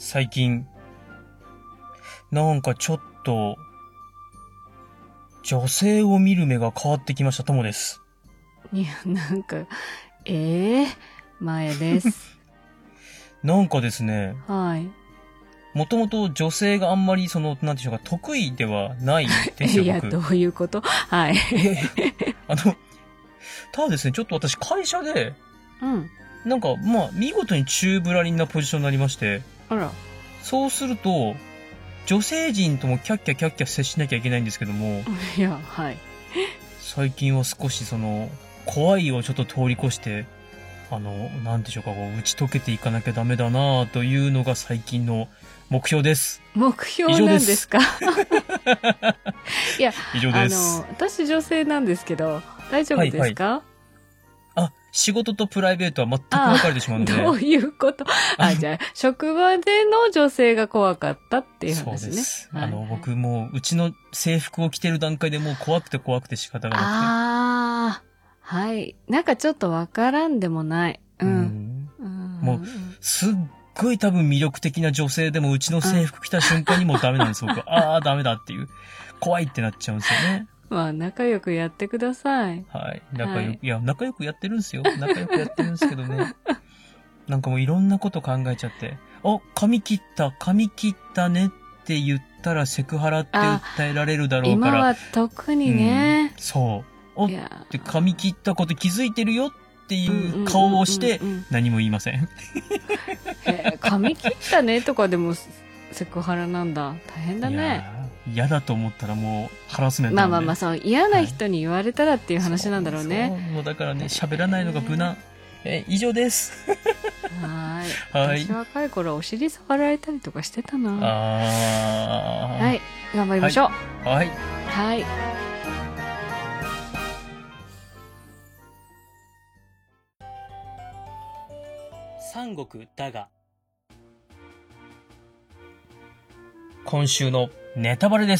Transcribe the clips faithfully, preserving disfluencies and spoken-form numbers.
最近、なんかちょっと、女性を見る目が変わってきました、ともです。 いや、なんか、ええー、前です。 なんかですね、 はい。 もともと女性があんまりその、なんていうか、得意ではないですよ、 いや、 僕。 どういうこと？はい。 あの、ただですね、ちょっと私会社で、 うん。 なんか、まあ、見事に宙ぶらりんなポジションになりまして、 あら。 そうすると、女性陣ともキャッキャキャッキャ接しなきゃいけないんですけども、 いや、はい。 最近は少しその、怖いをちょっと通り越して、あの、なんでしょうか、こう、打ち解けていかなきゃダメだなというのが最近の目標です。 目標なんですか？いや、 以上です。 あの、私女性なんですけど、大丈夫ですか？ はいはい、あ、仕事とプライベートは全く分かれてしまうので。 どういうこと？あ、じゃあ、職場での女性が怖かったっていう話ね。 そうです。 はい、 あの、僕もう、うちの制服を着てる段階でもう怖くて怖くて仕方がなくて。 ああ、はい。なんかちょっとわからんでもない。うん。 うん、もう、すっごい多分魅力的な女性でもうちの制服着た瞬間にもうダメなんです、僕は。ああ、ダメだっていう。怖いってなっちゃうんですよね。 まあ、仲良くやってください。 はい。仲良く、はい、いや、仲良くやってるんですよ。仲良くやってるんですけどね。なんかもういろんなこと考えちゃって。あ、髪切った、髪切ったねって言ったらセクハラって訴えられるだろうから。 今は特にね。 うん、そう。おって髪切ったこと気づいてるよっていう顔をして何も言いません。 へ、髪切ったねとかでもセクハラなんだ。大変だね。 嫌だと思ったらもうハラスメントなんで。 まあまあまあ、そう嫌な人に言われたらっていう話なんだろうね。 そうそう、もうだからね、喋らないのが無難。え、以上です。 はい。 はい。 私若い頃お尻触られたりとかしてたな。 あはい。頑張りましょう。 はい。 はい。はい。 三国だが。今週のネタバレです。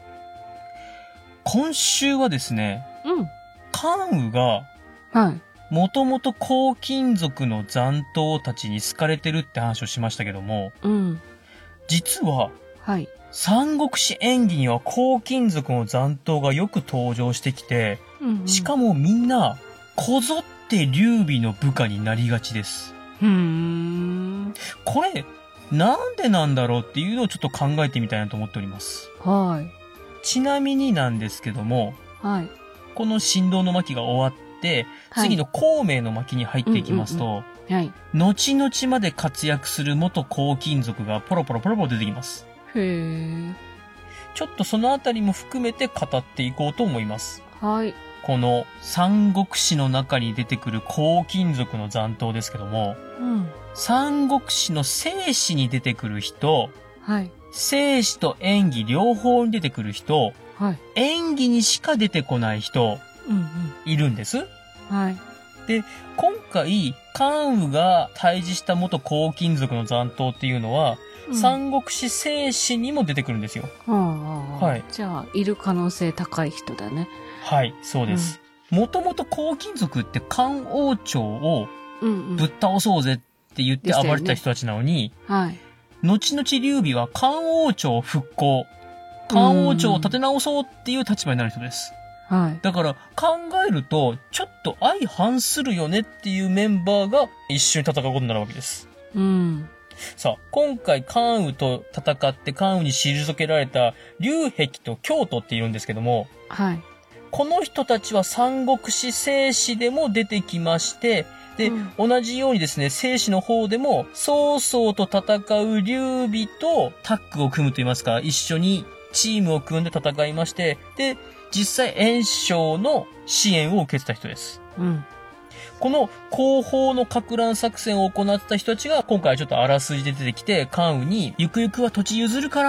今週はですね、 うん。 関羽が、 はい。 もともと黄金族の残党たちに好かれてるって話をしましたけども、 うん。 実は、 はい。 三国志演義には黄金族の残党がよく登場してきて、うんうん、しかもみんな、こぞって劉備の部下になりがちです。 ふーん。 これ、なんでなんだろうっていうのをちょっと考えてみたいなと思っております。 はい。 ちなみになんですけども、 はい。 この神道の巻が終わって、はい、次の孔明の巻に入っていきますと、うんうんうん、はい。後々まで活躍する元黄金族がポロポロポロポロ出てきます。 へー。 ちょっとそのあたりも含めて語っていこうと思います。 はい。 この三国志の中に出てくる黄金族の残党ですけども、うん、三国志の正史に出てくる人、はい、正史と演義両方に出てくる人、はい、演義にしか出てこない人、うんうん、いるんです。はい。で、今回、関羽が対峙した元黄金族の残党っていうのは、うん、三国志正史にも出てくるんですよ。 はい。じゃあ、いる可能性高い人だね。 はい、そうです。もともと黄金族って漢王朝をぶっ倒そうぜって言って暴れた人たちなのに、ね、はい。後々劉備は漢王朝復興、漢王朝を立て直そうっていう立場になる人です。はい。だから考えると、ちょっと相反するよねっていうメンバーが一緒に戦うことになるわけです。うん。さあ、今回関羽と戦って関羽に退けられた劉壁と京都っているんですけども、はい。この人たちは三国志正史でも出てきまして、で、うん、同じようにですね、正史の方でも、曹操と戦う劉備とタッグを組むと言いますか、一緒にチームを組んで戦いまして、で、実際袁紹の支援を受けてた人です。うん。この後方の撹乱作戦を行ってた人たちが、今回はちょっとあらすじで出てきて、関羽に、ゆくゆくは土地譲るから、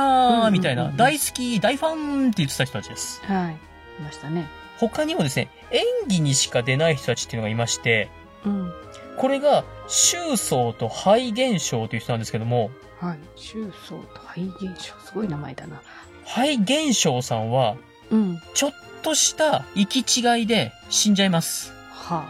みたいな、大好き、大ファンって言ってた人たちです。 はい。いましたね。 他にもですね、演技にしか出ない人たちっていうのがいまして、うん、これが、周宗と廃元将という人なんですけども、 はい。周宗と廃元将、すごい名前だな。 廃元将さんは、うん、ちょっとした行き違いで死んじゃいます。はあ。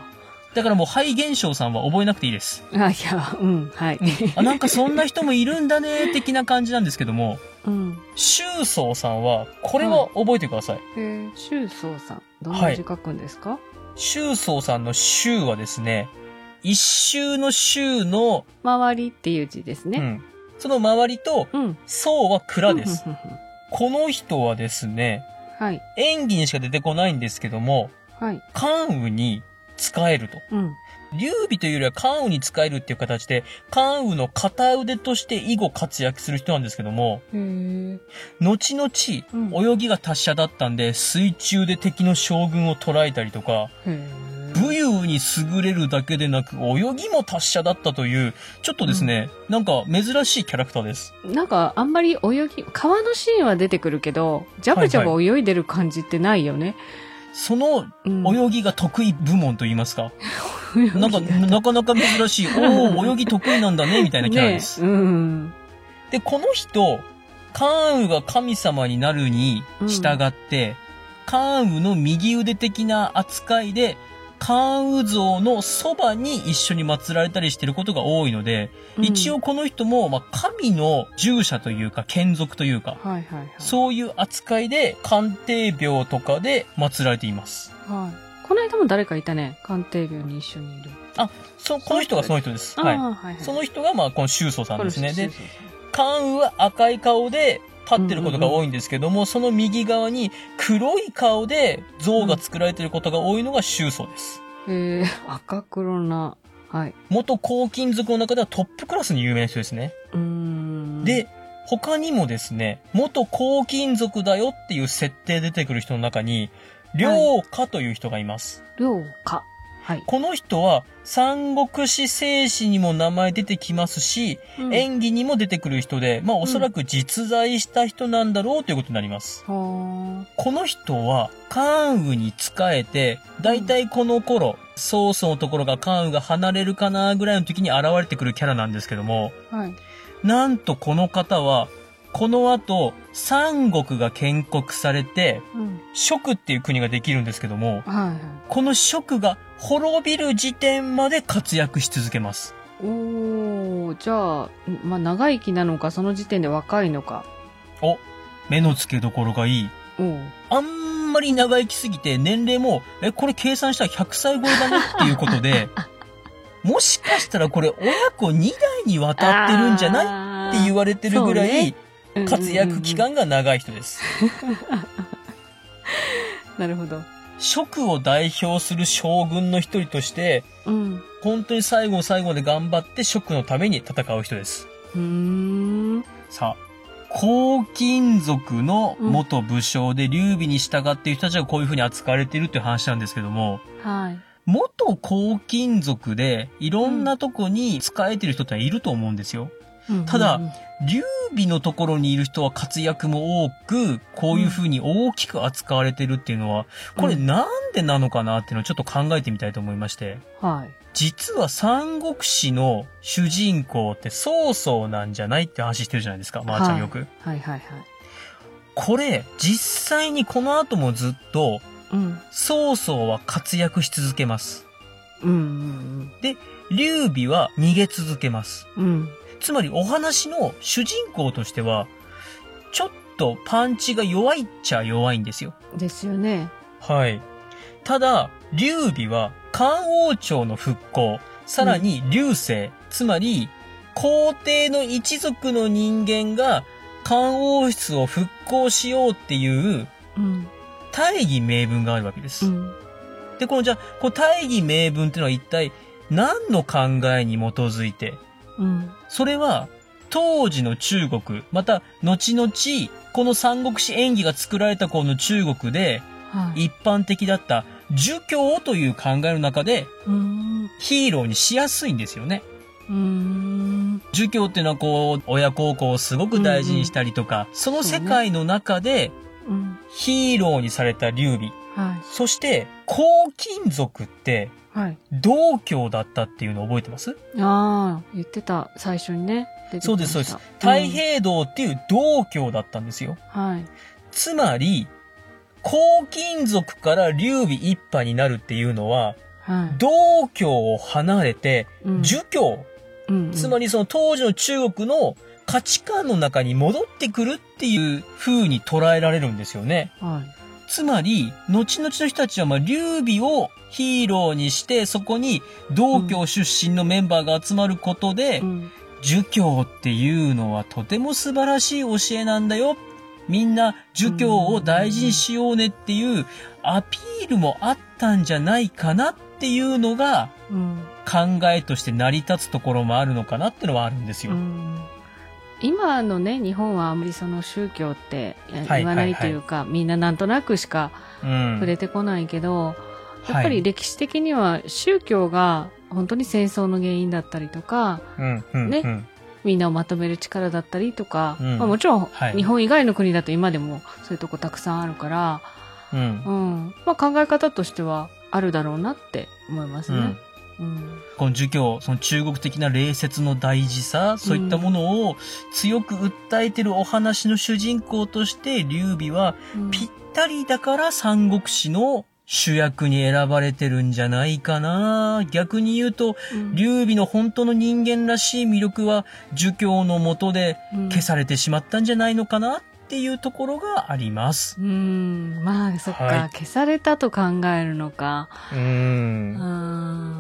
だからもう、肺現象さんは覚えなくていいです。 あ、いや、うん、はい。 あ、なんかそんな人もいるんだね、的な感じなんですけども、 うん。 周宗さんは、これは覚えてください。はい、 へえ、周宗さん。どんな字書くんですか？はい、 周宗さんの周はですね、一周の周の、 周りっていう字ですね。 うん。その周りと、うん、宗は蔵です。 うん、 この人はですね、 はい。 演技にしか出てこないんですけども、 はい。 関羽に使えると。 うん。 劉備というよりは関羽に使えるっていう形で、関羽の片腕として以後活躍する人なんですけども、 へー、 後々、うん、泳ぎが達者だったんで、水中で敵の将軍を捕らえたりとか、武勇に優れるだけでなく、泳ぎも達者だったという、ちょっとですね、うん、なんか珍しいキャラクターです。 なんかあんまり泳ぎ、川のシーンは出てくるけど、ジャバジャバ泳いでる感じってないよね。はいはい、 その泳ぎが得意部門と言いますか。うん、なんか、なかなか珍しい。おー、泳ぎ得意なんだね、みたいなキャラです。 ね、うん。 で、この人、関羽が神様になるに従って、うん、関羽の右腕的な扱いで、関羽像のそばに一緒に祀られたりしていることが多いので、うん、一応この人も、まあ、神の従者というか、眷属というか、 はいはいはい、 そういう扱いで、関帝廟とかで祀られています。 はい。この間も誰かいたね。関帝廟に一緒にいる。 あ、そ、この人がその人です。はい。はいはい、その人が、まあ、この周宗さんですね。で、関羽は赤い顔で、立ってることが多いんですけども、うんうんうん、その右側に黒い顔で像が作られていることが多いのが周宗です。 へえ、赤黒な。はい。 元黄金族の中ではトップクラスに有名な人ですね。 うーん。 で、他にもですね、元黄金族だよっていう設定出てくる人の中に、梁家という人がいます。 梁家。はい、 この人は三国志正史にも名前出てきますし、うん、演技にも出てくる人で、まあおそらく実在した人なんだろうということになります。 うん、 この人は関羽に仕えて、だいたいこの頃、曹操のところが関羽が離れるかなぐらいの時に現れてくるキャラなんですけども、 はい、 なんとこの方は、この後、三国が建国されて、うん、蜀っていう国ができるんですけども、 はいはい、 この蜀が滅びる時点まで活躍し続けます。 おー、じゃあ、まあ、長生きなのか、その時点で若いのか。 お、目の付けどころがいい。 おあんまり長生きすぎて、年齢も、え、これ計算したらひゃくさい超えだねっていうことで、もしかしたらこれ親子にだいにわたってるんじゃないって言われてるぐらい、活躍期間が長い人です。 なるほど。 蜀を代表する将軍の一人として、 うん、 本当に最後最後まで頑張って蜀のために戦う人です。 うーん。 さあ、黄金族の元武将で劉備に従っている人たちがこういう風に扱われているっていう話なんですけども、 はい。 元黄金族でいろんなとこに仕えてる人っていると思うんですよ。 うん、 ただ、劉備のところにいる人は活躍も多く、こういう風に大きく扱われてるっていうのは、これなんでなのかなっていうのをちょっと考えてみたいと思いまして。 はい。 実は三国志の主人公って曹操なんじゃないって話してるじゃないですか、まーちゃんよく。 はい、はいはいはい。 これ、実際にこの後もずっと、 うん、 曹操は活躍し続けます。 うんうんうん、 で、劉備は逃げ続けます。 うん、 つまりお話の主人公としては、ちょっとパンチが弱いっちゃ弱いんですよ。 ですよね。 はい。ただ、劉備は漢王朝の復興、さらに劉姓、うん、つまり皇帝の一族の人間が漢王室を復興しようっていう、 うん大義名分があるわけです。 うん、 で、このじゃあ、この大義名分っていうのは一体何の考えに基づいて、 うん、 それは当時の中国、また後々この三国志演義が作られたこの中国で一般的だった儒教という考えの中でヒーローにしやすいんですよね。 うーん、 儒教っていうのはこう親孝行をすごく大事にしたりとか、うんうん、その世界の中でうん、 ヒーローにされた劉備、 はい、 そして黄金族って道教だったっていうのを覚えてます？ ああ、言ってた、最初にね。 そうですそうです。太平道っていう道教だったんですよ。 はい。 つまり黄金族から劉備一派になるっていうのは、 はい、道教を離れて、儒教、うんうん、つまりその当時の中国の価値観の中に戻ってくるっていう風に捉えられるんですよね。はい、つまり、後々の人たちは、まあ、劉備をヒーローにして、そこに道教出身のメンバーが集まることで、うん、儒教っていうのはとても素晴らしい教えなんだよ。みんな儒教を大事にしようねっていうアピールもあったんじゃないかなっていうのが、考えとして成り立つところもあるのかなっていうのはあるんですよ。うん、 今のね、日本はあんまりその宗教って言わないというか、はいはいはい、みんななんとなくしか触れてこないけど、うん、やっぱり歴史的には宗教が本当に戦争の原因だったりとか、うんうんうん、ね、みんなをまとめる力だったりとか、うん、まあ、もちろん、はい、日本以外の国だと今でもそういうとこたくさんあるから、うんうん、まあ、考え方としてはあるだろうなって思いますね。うんうん、 この儒教、その中国的な礼節の大事さ、そういったものを強く訴えてるお話の主人公として劉備はぴったりだから三国志の主役に選ばれてるんじゃないかな。逆に言うと、うん、劉備の本当の人間らしい魅力は儒教の下で消されてしまったんじゃないのかなっていうところがあります。 うん、まあそっか、はい、消されたと考えるのか。うん。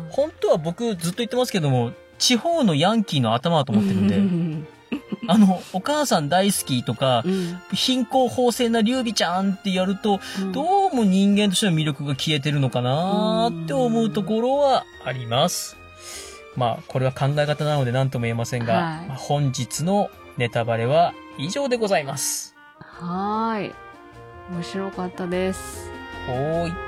本当は僕ずっと言ってますけども、地方のヤンキーの頭だと思ってるんで。あの、お母さん大好きとか、うん、貧困法制な劉備ちゃんってやると、うん、どうも人間としての魅力が消えてるのかなーって思うところはあります。まあ、これは考え方なので何とも言えませんが、はい、まあ、本日のネタバレは以上でございます。 はーい。面白かったです。 ほーい。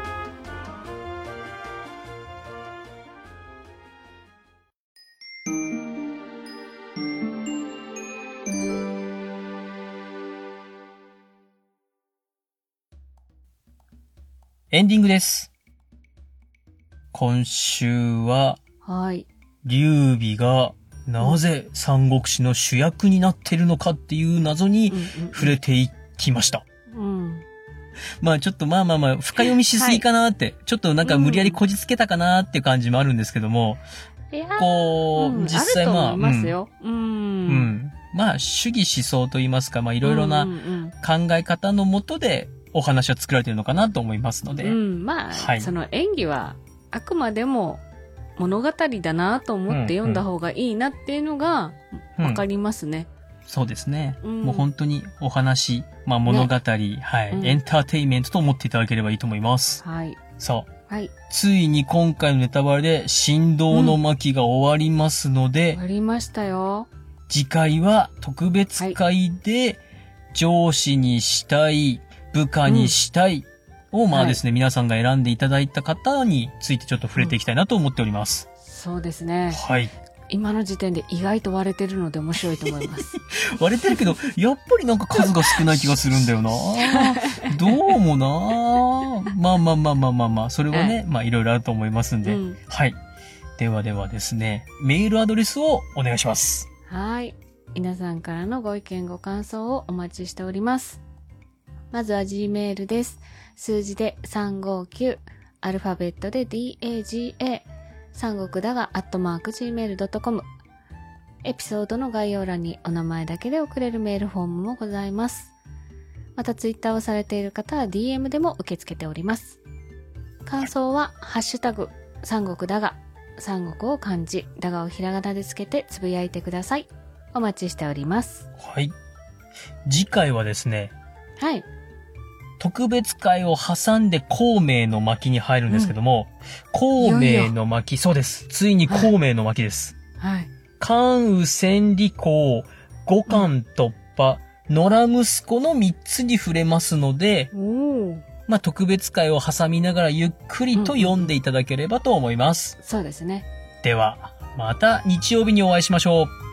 エンディングです。今週は、はい。劉備がなぜ三国志の主役になってるのかっていう謎に触れていきました。うんうんうん、まあちょっとまあまあまあ深読みしすぎかなって、はい、ちょっとなんか無理やりこじつけたかなっていう感じもあるんですけども、 うん、こう、うん、実際まあ、あると思いますよ。うん。うんうんまあ主義思想といいますか、まあいろいろな考え方のもとで、お話は作られているのかなと思いますので。 うん、まあ、はい、その演技はあくまでも物語だなと思って読んだ方がいいなっていうのがわかりますね、 うんうん。そうですね、うん。もう本当にお話、まあ物語、ね、はい、うん、エンターテインメントと思っていただければいいと思います。はい。そう。はい。ついに今回のネタバレで神道の巻が終わりますので、 うん、終わりましたよ。 次回は特別会で上司にしたい、部下にしたいを、うん、まあですね、はい、皆さんが選んでいただいた方についてちょっと触れていきたいなと思っております。 うん、そうですね。 はい。 今の時点で意外と割れてるので面白いと思います。 割れてるけど、やっぱりなんか数が少ない気がするんだよな。どうもな。まあまあまあまあまあまあ、それはね、はい、まあいろいろあると思いますんで、うん。はい。ではではですね、メールアドレスをお願いします。 はい。皆さんからのご意見ご感想をお待ちしております。まずは Gmail です。数字でさんごきゅう、アルファベットで ダガ、三国だが、アットマーク ジーメールドットコム。エピソードの概要欄にお名前だけで送れるメールフォームもございます。またツイッターをされている方は ディーエム でも受け付けております。感想は、ハッシュタグ、三国だが、三国を漢字、だがをひらがなでつけてつぶやいてください。お待ちしております。 はい。次回はですね。 はい。 特別会を挟んで孔明の巻に入るんですけども、うん、孔明の巻、そうです。ついに孔明の巻です。はい。関羽千里公、五冠突破、うん、野良息子の三つに触れますので、おまあ特別会を挟みながらゆっくりと読んでいただければと思います。 うんうん、そうですね。 では、また日曜日にお会いしましょう。